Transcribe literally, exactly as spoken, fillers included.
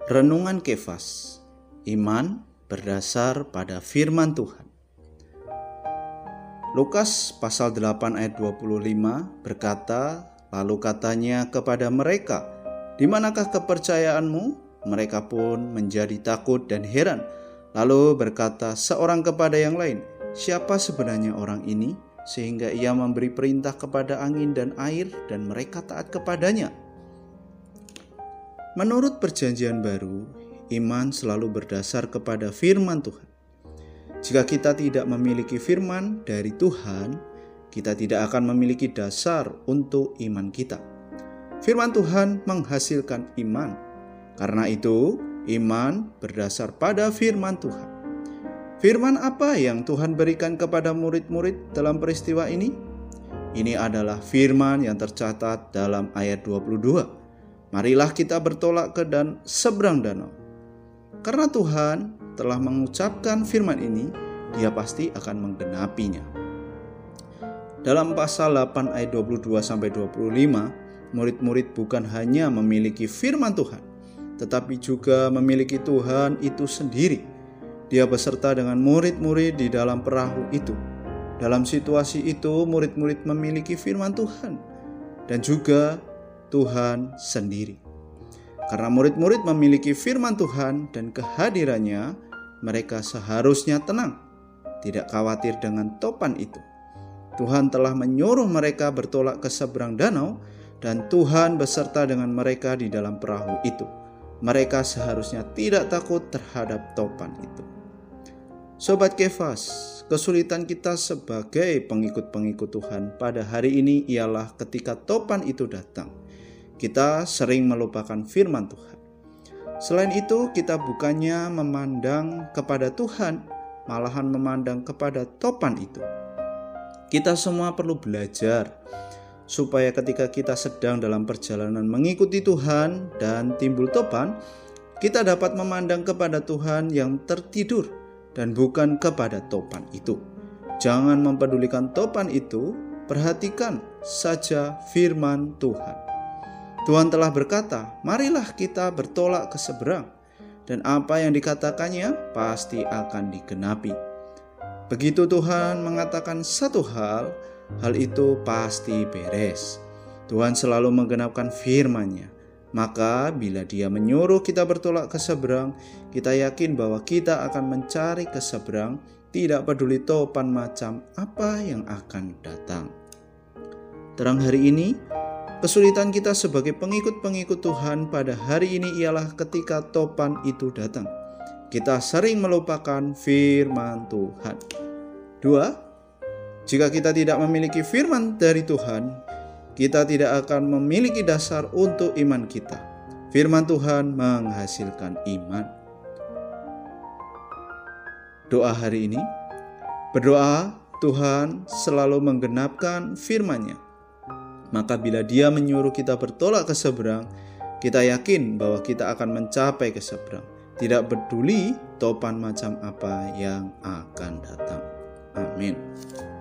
Renungan Kefas, iman berdasar pada firman Tuhan. Lukas pasal delapan ayat dua puluh lima berkata, lalu katanya kepada mereka, di manakah kepercayaanmu? Mereka pun menjadi takut dan heran. Lalu berkata seorang kepada yang lain, siapa sebenarnya orang ini? Sehingga ia memberi perintah kepada angin dan air dan mereka taat kepadanya. Menurut perjanjian baru, iman selalu berdasar kepada firman Tuhan. Jika kita tidak memiliki firman dari Tuhan, kita tidak akan memiliki dasar untuk iman kita. Firman Tuhan menghasilkan iman. Karena itu, iman berdasar pada firman Tuhan. Firman apa yang Tuhan berikan kepada murid-murid dalam peristiwa ini? Ini adalah firman yang tercatat dalam ayat dua puluh dua. Marilah kita bertolak ke dan seberang danau. Karena Tuhan telah mengucapkan firman ini, Dia pasti akan menggenapinya. Dalam pasal delapan ayat dua puluh dua sampai dua puluh lima, murid-murid bukan hanya memiliki firman Tuhan, tetapi juga memiliki Tuhan itu sendiri. Dia beserta dengan murid-murid di dalam perahu itu. Dalam situasi itu, murid-murid memiliki firman Tuhan dan juga Tuhan sendiri. Karena murid-murid memiliki firman Tuhan dan kehadirannya, mereka seharusnya tenang, tidak khawatir dengan topan itu. Tuhan telah menyuruh mereka bertolak ke seberang danau dan Tuhan beserta dengan mereka di dalam perahu itu. Mereka seharusnya tidak takut terhadap topan itu. Sobat Kefas, kesulitan kita sebagai pengikut-pengikut Tuhan pada hari ini ialah ketika topan itu datang. Kita sering melupakan firman Tuhan. Selain itu, kita bukannya memandang kepada Tuhan, malahan memandang kepada topan itu. Kita semua perlu belajar supaya ketika kita sedang dalam perjalanan mengikuti Tuhan dan timbul topan, kita dapat memandang kepada Tuhan yang tertidur dan bukan kepada topan itu. Jangan mempedulikan topan itu, perhatikan saja firman Tuhan. Tuhan telah berkata, marilah kita bertolak ke seberang, dan apa yang dikatakannya pasti akan digenapi. Begitu Tuhan mengatakan satu hal, hal itu pasti beres. Tuhan selalu menggenapkan firman-Nya. Maka bila Dia menyuruh kita bertolak ke seberang, kita yakin bahwa kita akan mencari ke seberang, tidak peduli topan macam apa yang akan datang. Terang hari ini, kesulitan kita sebagai pengikut-pengikut Tuhan pada hari ini ialah ketika topan itu datang. Kita sering melupakan firman Tuhan. Dua, jika kita tidak memiliki firman dari Tuhan, kita tidak akan memiliki dasar untuk iman kita. Firman Tuhan menghasilkan iman. Doa hari ini, berdoa Tuhan selalu menggenapkan firman-Nya. Maka bila Dia menyuruh kita bertolak ke seberang, kita yakin bahwa kita akan mencapai ke seberang. Tidak peduli topan macam apa yang akan datang. Amin.